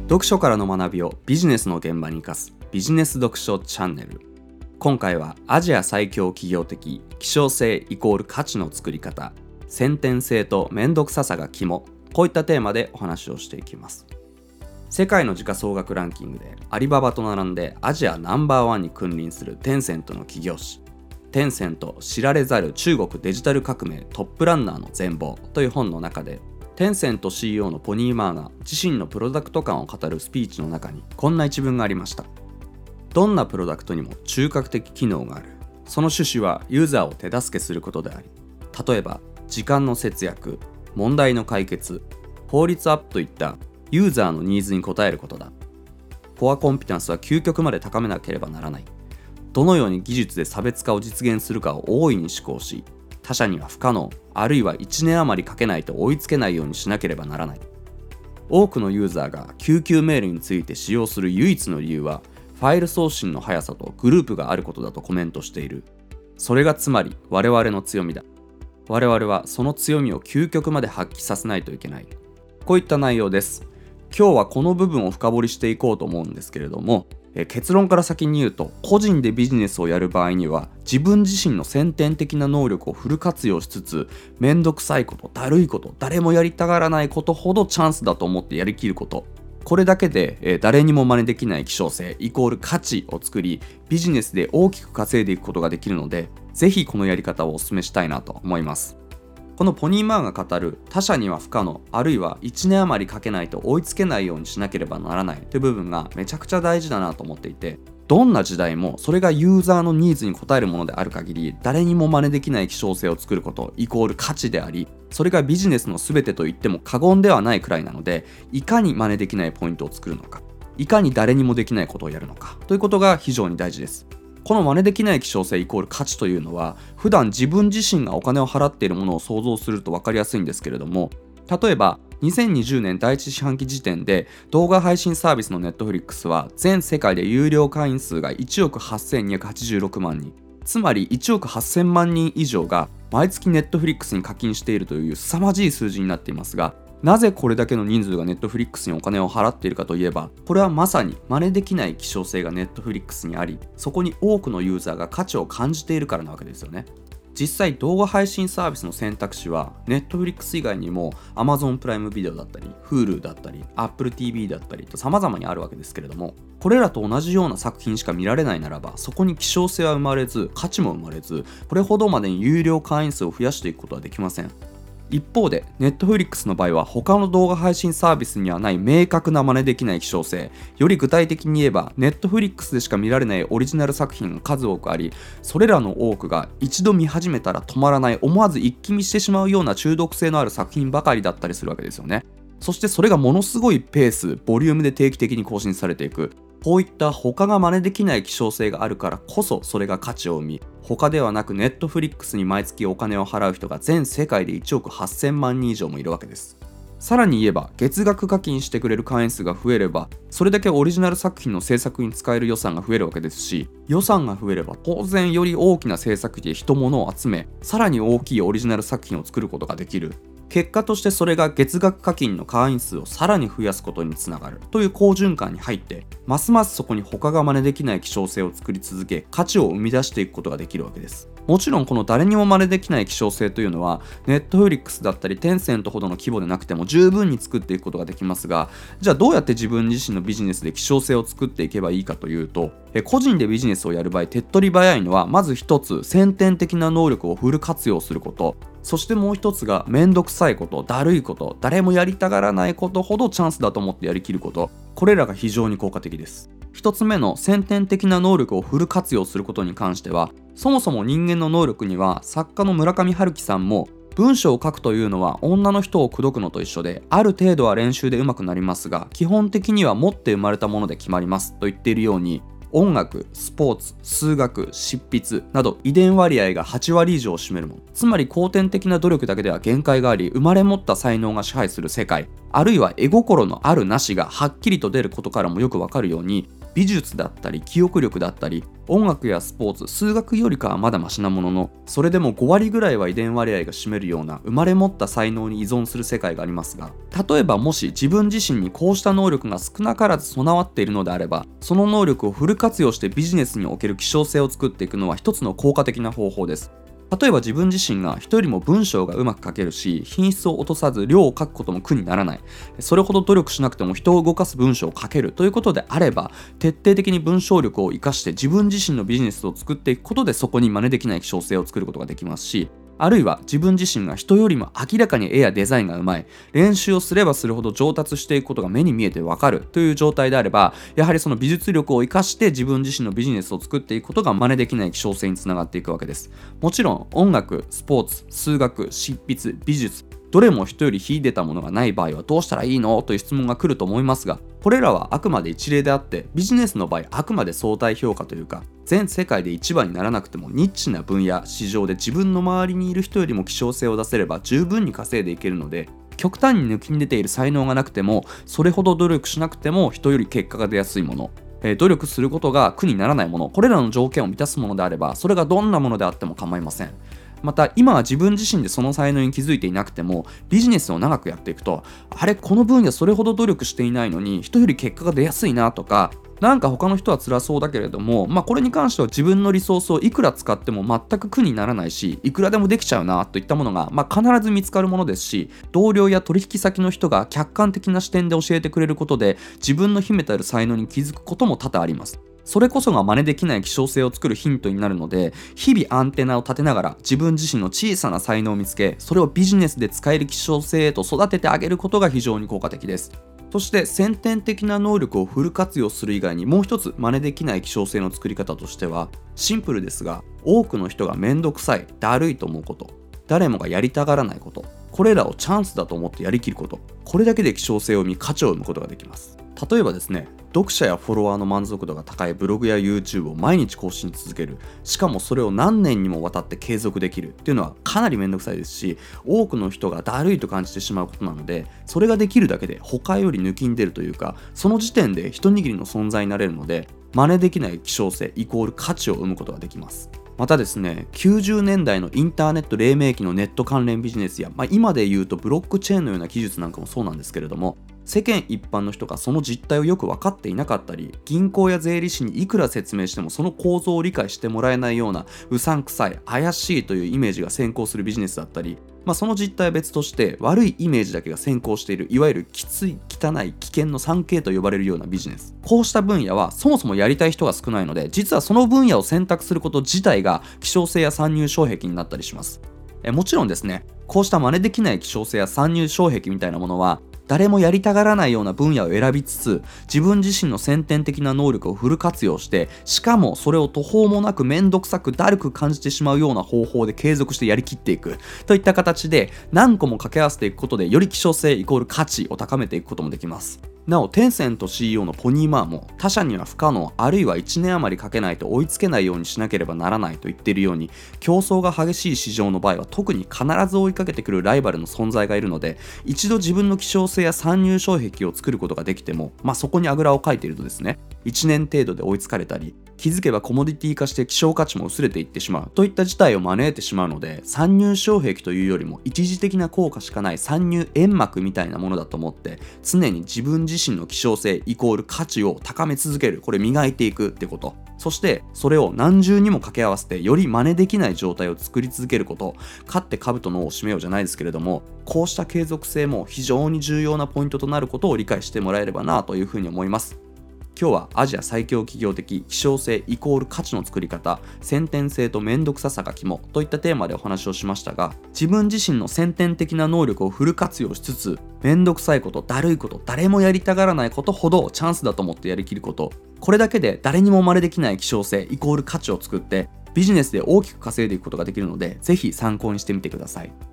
読書からの学びをビジネスの現場に生かすビジネス読書チャンネル。今回はアジア最強企業的希少性イコール価値の作り方、先天性とめんどくささが肝、こういったテーマでお話をしていきます。世界の時価総額ランキングでアリババと並んでアジアナンバーワンに君臨するテンセントの企業誌、テンセント知られざる中国デジタル革命トップランナーの全貌という本の中で、テンセント CEO のポニー・マーが自身のプロダクト感を語るスピーチの中にこんな一文がありました。どんなプロダクトにも中核的機能がある。その趣旨はユーザーを手助けすることであり、例えば時間の節約、問題の解決、効率アップといったユーザーのニーズに応えることだ。コアコンピタンスは究極まで高めなければならない。どのように技術で差別化を実現するかを大いに思考し、他社には不可能、あるいは1年余りかけないと追いつけないようにしなければならない。多くのユーザーが救急メールについて使用する唯一の理由は、ファイル送信の速さとグループがあることだとコメントしている。それがつまり我々の強みだ。我々はその強みを究極まで発揮させないといけない。こういった内容です。今日はこの部分を深掘りしていこうと思うんですけれども、結論から先に言うと、個人でビジネスをやる場合には自分自身の先天的な能力をフル活用しつつ、めんどくさいこと、だるいこと、誰もやりたがらないことほどチャンスだと思ってやりきること、これだけで、誰にも真似できない希少性イコール価値を作り、ビジネスで大きく稼いでいくことができるので、ぜひこのやり方をお勧めしたいなと思います。このポニー・マーが語る他者には不可能、あるいは1年余りかけないと追いつけないようにしなければならないという部分がめちゃくちゃ大事だなと思っていて、どんな時代もそれがユーザーのニーズに応えるものである限り、誰にも真似できない希少性を作ることイコール価値であり、それがビジネスの全てと言っても過言ではないくらいなので、いかに真似できないポイントを作るのか、いかに誰にもできないことをやるのかということが非常に大事です。この真似できない希少性イコール価値というのは、普段自分自身がお金を払っているものを想像すると分かりやすいんですけれども、例えば2020年第一四半期時点で動画配信サービスの Netflix は全世界で有料会員数が1億8286万人、つまり1億8000万人以上が毎月 Netflix に課金しているという凄まじい数字になっていますが、なぜこれだけの人数が Netflix にお金を払っているかといえば、これはまさに真似できない希少性が Netflix にあり、そこに多くのユーザーが価値を感じているからなわけですよね。実際動画配信サービスの選択肢は Netflix 以外にも Amazon プライムビデオだったり Hulu だったり Apple TV だったりと様々にあるわけですけれども、これらと同じような作品しか見られないならば、そこに希少性は生まれず価値も生まれず、これほどまでに有料会員数を増やしていくことはできません。一方で Netflix の場合は他の動画配信サービスにはない明確な真似できない希少性、より具体的に言えば Netflix でしか見られないオリジナル作品が数多くあり、それらの多くが一度見始めたら止まらない、思わず一気見してしまうような中毒性のある作品ばかりだったりするわけですよね。そしてそれがものすごいペース、ボリュームで定期的に更新されていく。こういった他が真似できない希少性があるからこそ、それが価値を生み、他ではなく Netflix に毎月お金を払う人が全世界で1億8000万人以上もいるわけです。さらに言えば、月額課金してくれる会員数が増えれば、それだけオリジナル作品の制作に使える予算が増えるわけですし、予算が増えれば当然より大きな制作費で人物を集め、さらに大きいオリジナル作品を作ることができる。結果としてそれが月額課金の会員数をさらに増やすことにつながるという好循環に入って、ますますそこに他が真似できない希少性を作り続け、価値を生み出していくことができるわけです。もちろんこの誰にも真似できない希少性というのは Netflix だったりテンセントほどの規模でなくても十分に作っていくことができますが、じゃあどうやって自分自身のビジネスで希少性を作っていけばいいかというと、個人でビジネスをやる場合手っ取り早いのは、まず一つ先天的な能力をフル活用すること、そしてもう一つがめんどくさいこと、だるいこと、誰もやりたがらないことほどチャンスだと思ってやりきること、これらが非常に効果的です。一つ目の先天的な能力をフル活用することに関しては、そもそも人間の能力には作家の村上春樹さんも、文章を書くというのは女の人を口説くのと一緒で、ある程度は練習で上手くなりますが、基本的には持って生まれたもので決まりますと言っているように、音楽、スポーツ、数学、執筆など遺伝割合が8割以上を占めるもの、つまり後天的な努力だけでは限界があり、生まれ持った才能が支配する世界、あるいは絵心のあるなしがはっきりと出ることからもよくわかるように、 美術だったり記憶力だったり音楽やスポーツ、数学よりかはまだマシなものの、それでも5割ぐらいは遺伝割合が占めるような生まれ持った才能に依存する世界がありますが、例えばもし自分自身にこうした能力が少なからず備わっているのであれば、その能力をフル活用してビジネスにおける希少性を作っていくのは一つの効果的な方法です。例えば自分自身が人よりも文章がうまく書けるし、品質を落とさず量を書くことも苦にならない、それほど努力しなくても人を動かす文章を書けるということであれば、徹底的に文章力を生かして自分自身のビジネスを作っていくことで、そこに真似できない希少性を作ることができますし、あるいは自分自身が人よりも明らかに絵やデザインがうまい、練習をすればするほど上達していくことが目に見えてわかるという状態であれば、やはりその美術力を生かして自分自身のビジネスを作っていくことが真似できない希少性につながっていくわけです。もちろん音楽、スポーツ、数学、執筆、美術、どれも人より秀でたものがない場合はどうしたらいいのという質問が来ると思いますが、これらはあくまで一例であって、ビジネスの場合あくまで相対評価というか、全世界で一番にならなくてもニッチな分野、市場で自分の周りにいる人よりも希少性を出せれば十分に稼いでいけるので、極端に抜きに出ている才能がなくても、それほど努力しなくても人より結果が出やすいもの、努力することが苦にならないもの、これらの条件を満たすものであれば、それがどんなものであっても構いません。また今は自分自身でその才能に気づいていなくても、ビジネスを長くやっていくと、あれこの分野それほど努力していないのに人より結果が出やすいなとか、なんか他の人は辛そうだけれども、これに関しては自分のリソースをいくら使っても全く苦にならないし、いくらでもできちゃうなといったものが、必ず見つかるものですし、同僚や取引先の人が客観的な視点で教えてくれることで、自分の秘めたる才能に気づくことも多々あります。それこそが真似できない希少性を作るヒントになるので、日々アンテナを立てながら自分自身の小さな才能を見つけ、それをビジネスで使える希少性へと育ててあげることが非常に効果的です。そして先天的な能力をフル活用する以外に、もう一つ真似できない希少性の作り方としては、シンプルですが多くの人がめんどくさい、だるいと思うこと、誰もがやりたがらないこと、これらをチャンスだと思ってやりきること、これだけで希少性を生み価値を生むことができます。例えばですね、読者やフォロワーの満足度が高いブログや YouTube を毎日更新続ける、しかもそれを何年にもわたって継続できるっていうのはかなりめんどくさいですし、多くの人がだるいと感じてしまうことなので、それができるだけで他より抜きん出るというか、その時点で一握りの存在になれるので、真似できない希少性イコール価値を生むことができます。またですね、90年代のインターネット黎明期のネット関連ビジネスや、今で言うとブロックチェーンのような技術なんかもそうなんですけれども、世間一般の人がその実態をよく分かっていなかったり、銀行や税理士にいくら説明してもその構造を理解してもらえないようなうさんくさい、怪しいというイメージが先行するビジネスだったり、その実態は別として悪いイメージだけが先行している、いわゆるきつい、汚い、危険の 3K と呼ばれるようなビジネス、こうした分野はそもそもやりたい人が少ないので、実はその分野を選択すること自体が希少性や参入障壁になったりします。もちろんですね、こうした真似できない希少性や参入障壁みたいなものは誰もやりたがらないような分野を選びつつ、自分自身の先天的な能力をフル活用して、しかもそれを途方もなくめんどくさくだるく感じてしまうような方法で継続してやりきっていくといった形で、何個も掛け合わせていくことでより希少性イコール価値を高めていくこともできます。なお、テンセント CEO のポニーマーも他社には不可能、あるいは1年余りかけないと追いつけないようにしなければならないと言っているように、競争が激しい市場の場合は特に必ず追いかけてくるライバルの存在がいるので、一度自分の希少性や参入障壁を作ることができても、そこにあぐらをかいているとですね、1年程度で追いつかれたり、気づけばコモディティ化して希少価値も薄れていってしまうといった事態を招いてしまうので、参入障壁というよりも一時的な効果しかない参入煙幕みたいなものだと思って、常に自分自身の希少性イコール価値を高め続ける、これ磨いていくってこと、そしてそれを何重にも掛け合わせてより真似できない状態を作り続けること、勝って兜の尾を締めようじゃないですけれども、こうした継続性も非常に重要なポイントとなることを理解してもらえればなというふうに思います。今日はアジア最強企業的希少性イコール価値の作り方、先天性とめんどくささが肝といったテーマでお話をしましたが、自分自身の先天的な能力をフル活用しつつ、めんどくさいこと、だるいこと、誰もやりたがらないことほどチャンスだと思ってやりきること、これだけで誰にも真似できない希少性イコール価値を作ってビジネスで大きく稼いでいくことができるので、ぜひ参考にしてみてください。